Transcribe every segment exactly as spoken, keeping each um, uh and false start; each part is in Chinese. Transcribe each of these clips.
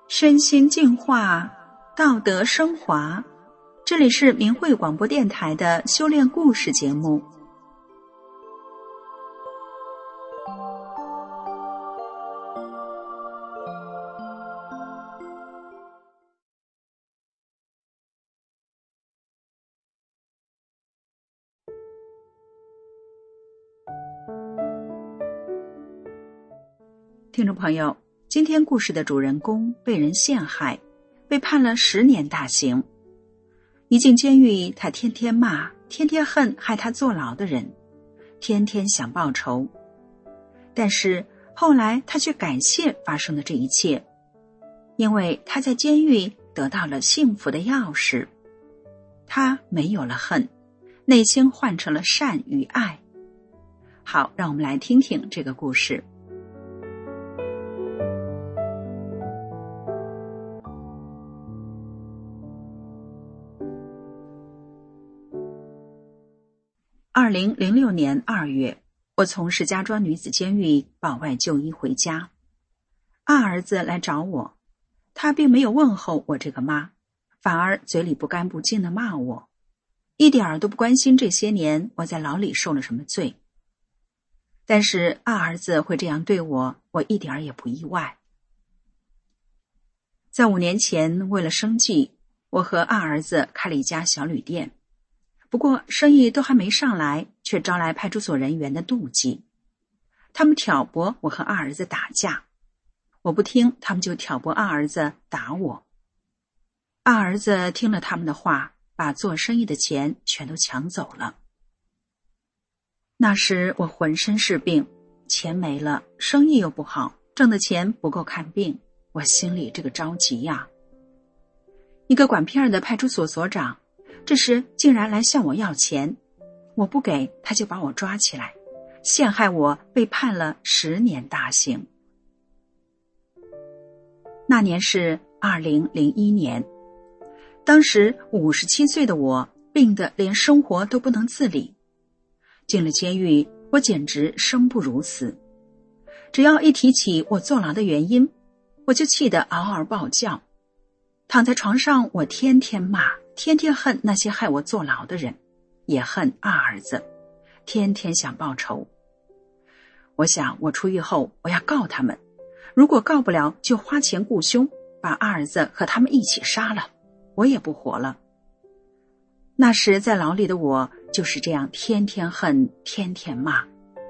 身心净化，道德升华。这里是明慧广播电台的修炼故事节目。听众朋友，今天故事的主人公被人陷害，被判了十年大刑。一进监狱，他天天骂，天天恨害他坐牢的人，天天想报仇。但是后来他却感谢发生的这一切，因为他在监狱得到了幸福的钥匙。他没有了恨，内心换成了善与爱。好，让我们来听听这个故事。二零零六年二月，我从石家庄女子监狱保外就医回家。二儿子来找我，他并没有问候我这个妈，反而嘴里不干不净地骂我，一点儿都不关心这些年我在牢里受了什么罪。但是二儿子会这样对我，我一点儿也不意外。在五年前，为了生计，我和二儿子开了一家小旅店。不过生意都还没上来，却招来派出所人员的妒忌。他们挑拨我和二儿子打架，我不听，他们就挑拨二儿子打我。二儿子听了他们的话，把做生意的钱全都抢走了。那时我浑身是病，钱没了，生意又不好，挣的钱不够看病，我心里这个着急呀。一个管片的派出所所长这时竟然来向我要钱，我不给，他就把我抓起来，陷害我，被判了十年大刑。那年是二零零一年，当时五十七岁的我病得连生活都不能自理。进了监狱，我简直生不如死。只要一提起我坐牢的原因，我就气得嗷嗷暴叫。躺在床上，我天天骂，天天恨那些害我坐牢的人，也恨二儿子，天天想报仇。我想我出狱后我要告他们，如果告不了就花钱雇凶，把二儿子和他们一起杀了，我也不活了。那时在牢里的我就是这样天天恨，天天骂。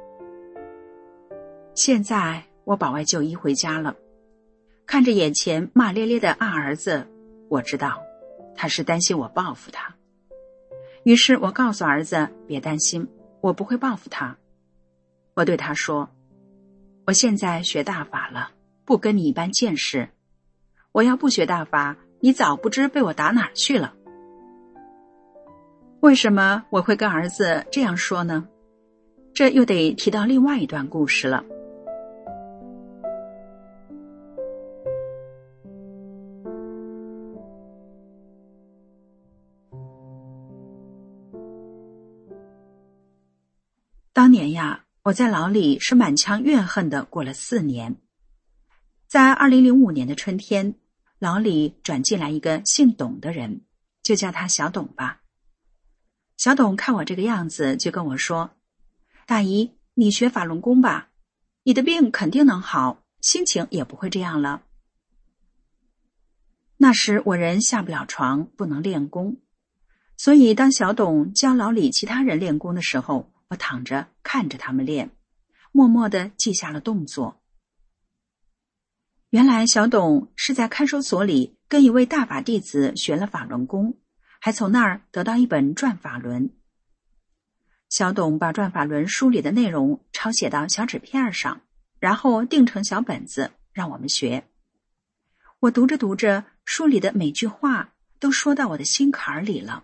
现在我保外就医回家了，看着眼前骂咧咧的二儿子，我知道他是担心我报复他。于是我告诉儿子，别担心，我不会报复他。我对他说，我现在学大法了，不跟你一般见识，我要不学大法，你早不知被我打哪儿去了。为什么我会跟儿子这样说呢？这又得提到另外一段故事了。当年呀，我在牢里是满腔怨恨的过了四年。在二零零五年的春天，牢里转进来一个姓董的人，就叫他小董吧。小董看我这个样子，就跟我说，大姨，你学法轮功吧，你的病肯定能好，心情也不会这样了。那时我人下不了床，不能练功，所以当小董教牢里其他人练功的时候，我躺着看着他们练，默默地记下了动作。原来小董是在看守所里跟一位大法弟子学了法轮功，还从那儿得到一本转法轮。小董把转法轮书里的内容抄写到小纸片上，然后订成小本子让我们学。我读着读着，书里的每句话都说到我的心坎里了。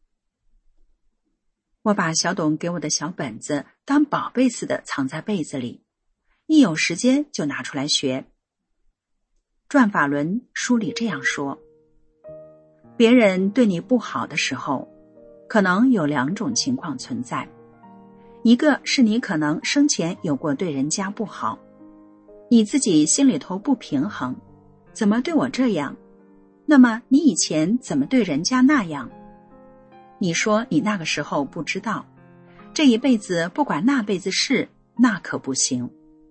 我把小董给我的小本子当宝贝似的藏在被子里，一有时间就拿出来学。转法轮书里这样说，别人对你不好的时候，可能有两种情况存在。一个是你可能生前有过对人家不好，你自己心里头不平衡， 怎么对我这样？那么你以前怎么对人家那样？你说你那个时候不知道，这一辈子不管那辈子事，那可不行。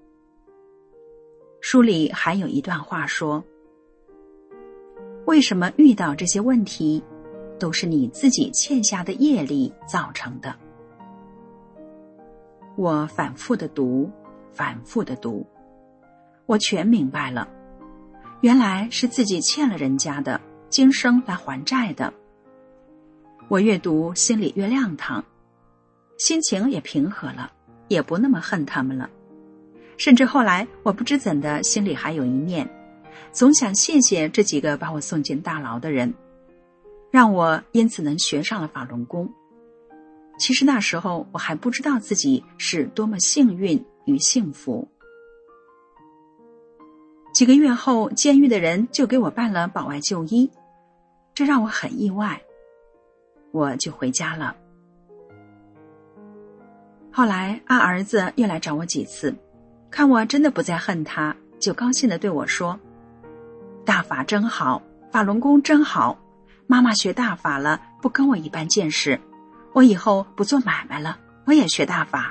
书里还有一段话说，为什么遇到这些问题，都是你自己欠下的业力造成的。我反复的读，反复的读，我全明白了，原来是自己欠了人家的，今生来还债的。我越读心里越亮堂，心情也平和了，也不那么恨他们了。甚至后来我不知怎的，心里还有一念，总想谢谢这几个把我送进大牢的人，让我因此能学上了法轮功。其实那时候我还不知道自己是多么幸运与幸福。几个月后，监狱的人就给我办了保外就医，这让我很意外，我就回家了。后来二儿子又来找我几次，看我真的不再恨他，就高兴地对我说，大法真好，法轮功真好，妈妈学大法了，不跟我一般见识，我以后不做买卖了，我也学大法。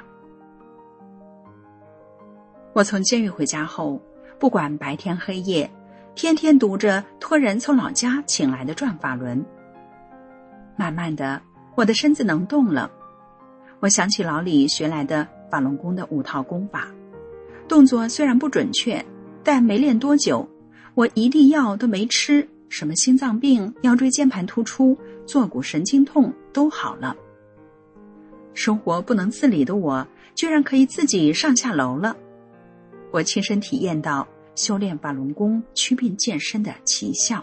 我从监狱回家后，不管白天黑夜，天天读着托人从老家请来的转法轮。慢慢的，我的身子能动了，我想起老李学来的法轮功的五套功法，动作虽然不准确，但没练多久，我一粒药都没吃，什么心脏病、腰椎间盘突出、坐骨神经痛都好了。生活不能自理的我，居然可以自己上下楼了。我亲身体验到修炼法轮功祛病健身的奇效。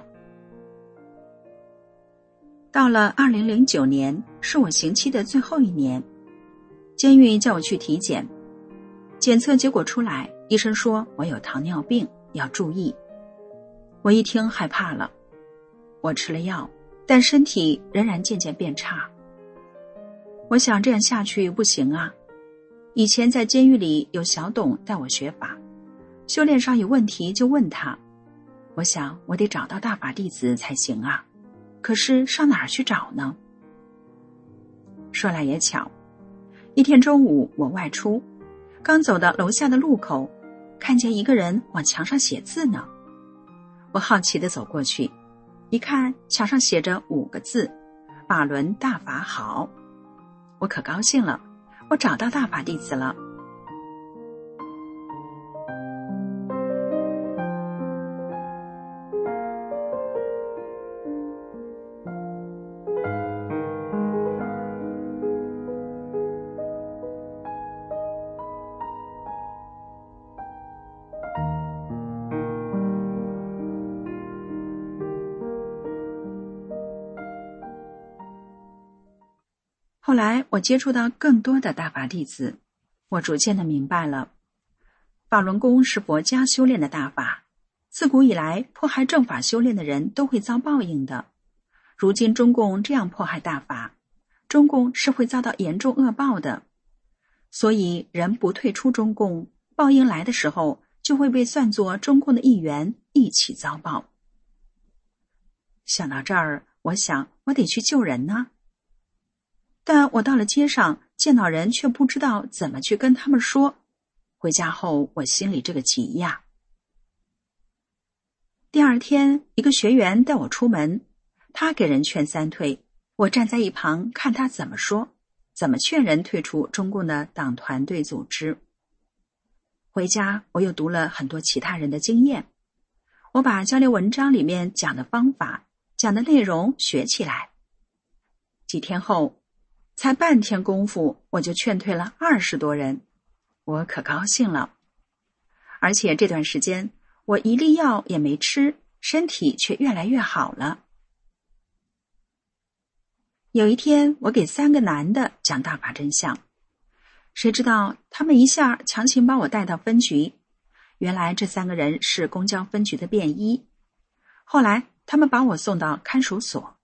到了二零零九年，是我刑期的最后一年，监狱叫我去体检，检测结果出来，医生说我有糖尿病，要注意。我一听害怕了，我吃了药，但身体仍然渐渐变差。我想这样下去不行啊，以前在监狱里有小董带我学法，修炼上有问题就问他，我想我得找到大法弟子才行啊，可是上哪儿去找呢？说来也巧，一天中午我外出，刚走到楼下的路口，看见一个人往墙上写字呢。我好奇地走过去，一看墙上写着五个字，法轮大法好。我可高兴了，我找到大法弟子了。后来我接触到更多的大法弟子，我逐渐的明白了，法轮功是佛家修炼的大法，自古以来迫害正法修炼的人都会遭报应的。如今中共这样迫害大法，中共是会遭到严重恶报的。所以人不退出中共，报应来的时候就会被算作中共的一员，一起遭报。想到这儿，我想我得去救人呢。但我到了街上，见到人却不知道怎么去跟他们说。回家后，我心里这个急呀。第二天，一个学员带我出门，他给人劝三退，我站在一旁看他怎么说，怎么劝人退出中共的党团队组织。回家，我又读了很多其他人的经验，我把交流文章里面讲的方法、讲的内容学起来。几天后，才半天功夫，我就劝退了二十多人，我可高兴了。而且这段时间，我一粒药也没吃，身体却越来越好了。有一天，我给三个男的讲大法真相，谁知道他们一下强行把我带到分局，原来这三个人是公交分局的便衣，后来他们把我送到看守所。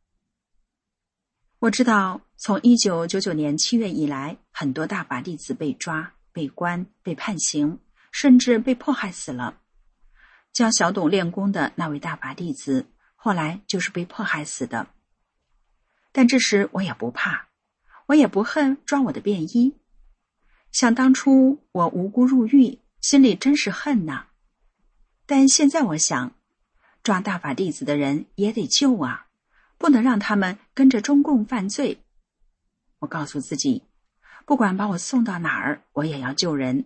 我知道从一九九九年七月以来，很多大法弟子被抓、被关、被判刑，甚至被迫害死了。 教小董练功的那位大法弟子，后来就是被迫害死的。但这时我也不怕，我也不恨抓我的便衣。想当初我无辜入狱，心里真是恨呐。但现在我想，抓大法弟子的人也得救啊，不能让他们跟着中共犯罪。我告诉自己，不管把我送到哪儿，我也要救人。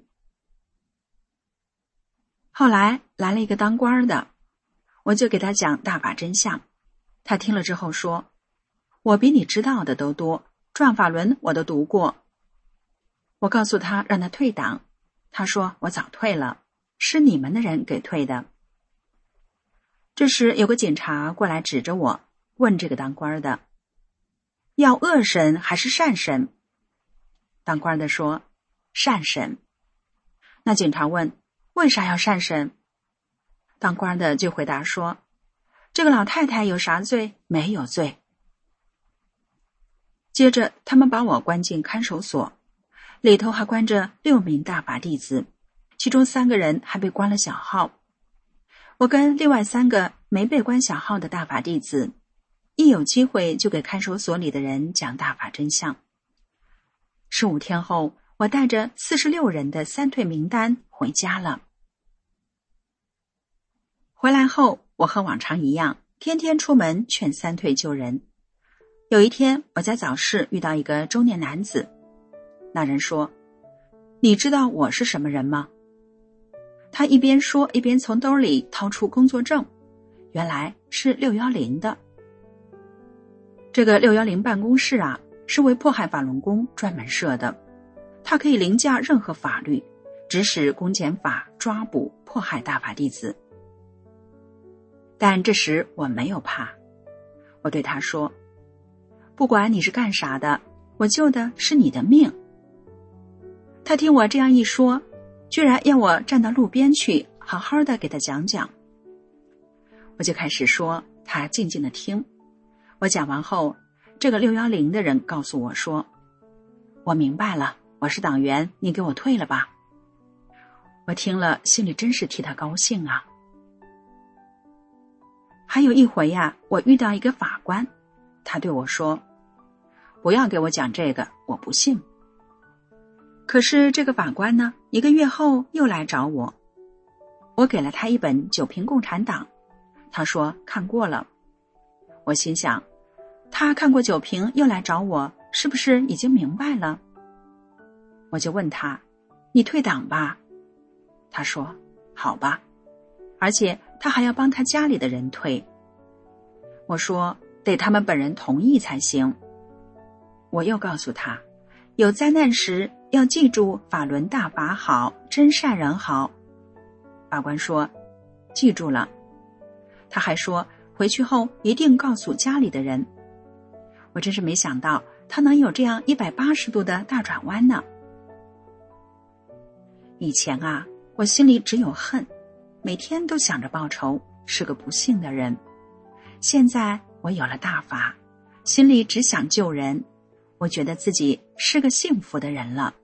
后来来了一个当官的，我就给他讲大法真相。他听了之后说，我比你知道的都多，转法轮我都读过。我告诉他让他退党，他说我早退了，是你们的人给退的。这时有个警察过来指着我，问这个当官的，要恶审还是善审？当官的说，善审。那警察问，为啥要善审？当官的就回答说，这个老太太有啥罪？没有罪。接着他们把我关进看守所，里头还关着六名大法弟子，其中三个人还被关了小号。我跟另外三个没被关小号的大法弟子，一有机会就给看守所里的人讲大法真相。十五天后，我带着四十六人的三退名单回家了。回来后，我和往常一样，天天出门劝三退救人。有一天，我在早市遇到一个中年男子，那人说，你知道我是什么人吗？他一边说一边从兜里掏出工作证，原来是六一零的。这个六一零办公室啊，是为迫害法轮功专门设的，它可以凌驾任何法律，指使公检法抓捕迫害大法弟子。但这时我没有怕，我对他说，不管你是干啥的，我救的是你的命。他听我这样一说，居然要我站到路边去，好好的给他讲讲。我就开始说，他静静的听。我讲完后，这个六一零的人告诉我说，我明白了，我是党员，你给我退了吧。我听了心里真是替他高兴啊。还有一回呀、啊，我遇到一个法官，他对我说，不要给我讲这个，我不信。可是这个法官呢，一个月后又来找我，我给了他一本《九评共产党》，他说看过了。我心想，他看过九评又来找我，是不是已经明白了？我就问他，你退党吧？他说好吧，而且他还要帮他家里的人退。我说得他们本人同意才行。我又告诉他，有灾难时要记住法轮大法好，真善人好。法官说记住了。他还说回去后一定告诉家里的人。我真是没想到他能有这样一百八十度的大转弯呢。以前啊，我心里只有恨，每天都想着报仇，是个不幸的人。现在我有了大法，心里只想救人，我觉得自己是个幸福的人了。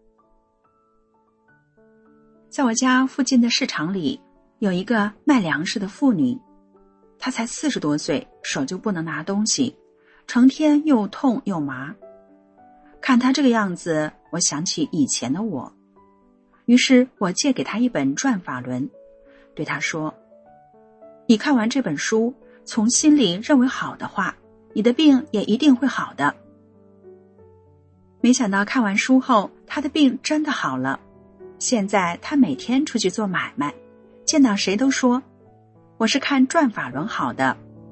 在我家附近的市场里，有一个卖粮食的妇女，她才四十多岁，手就不能拿东西，成天又痛又麻。看她这个样子，我想起以前的我，于是我借给她一本《转法轮》，对她说，你看完这本书，从心里认为好的话，你的病也一定会好的。没想到看完书后，她的病真的好了。现在她每天出去做买卖，见到谁都说，我是看《转法轮》好的。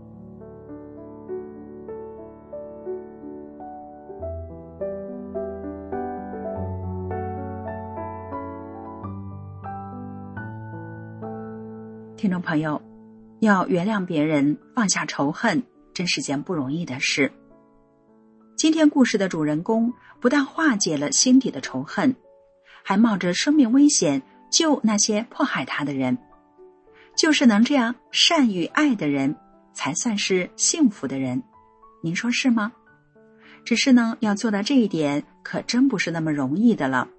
听众朋友，要原谅别人，放下仇恨，真是件不容易的事。今天故事的主人公不但化解了心底的仇恨，还冒着生命危险救那些迫害他的人。就是能这样善与爱的人，才算是幸福的人。您说是吗？只是呢，要做到这一点，可真不是那么容易的了。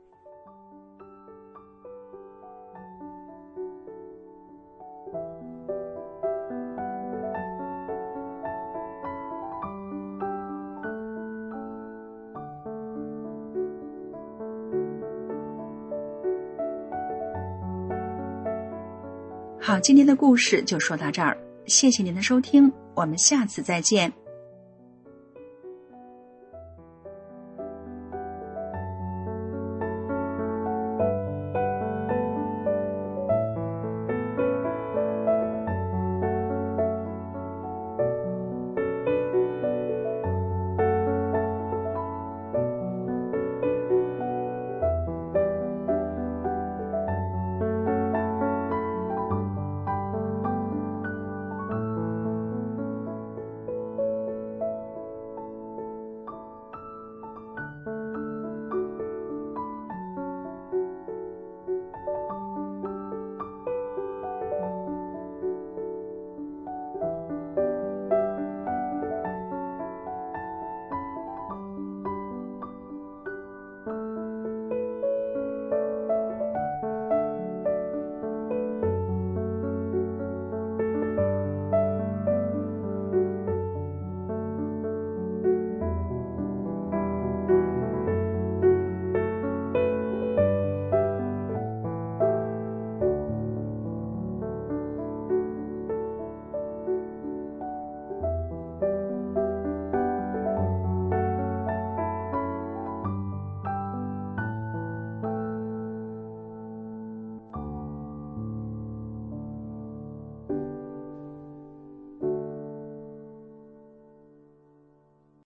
好，今天的故事就说到这儿，谢谢您的收听，我们下次再见。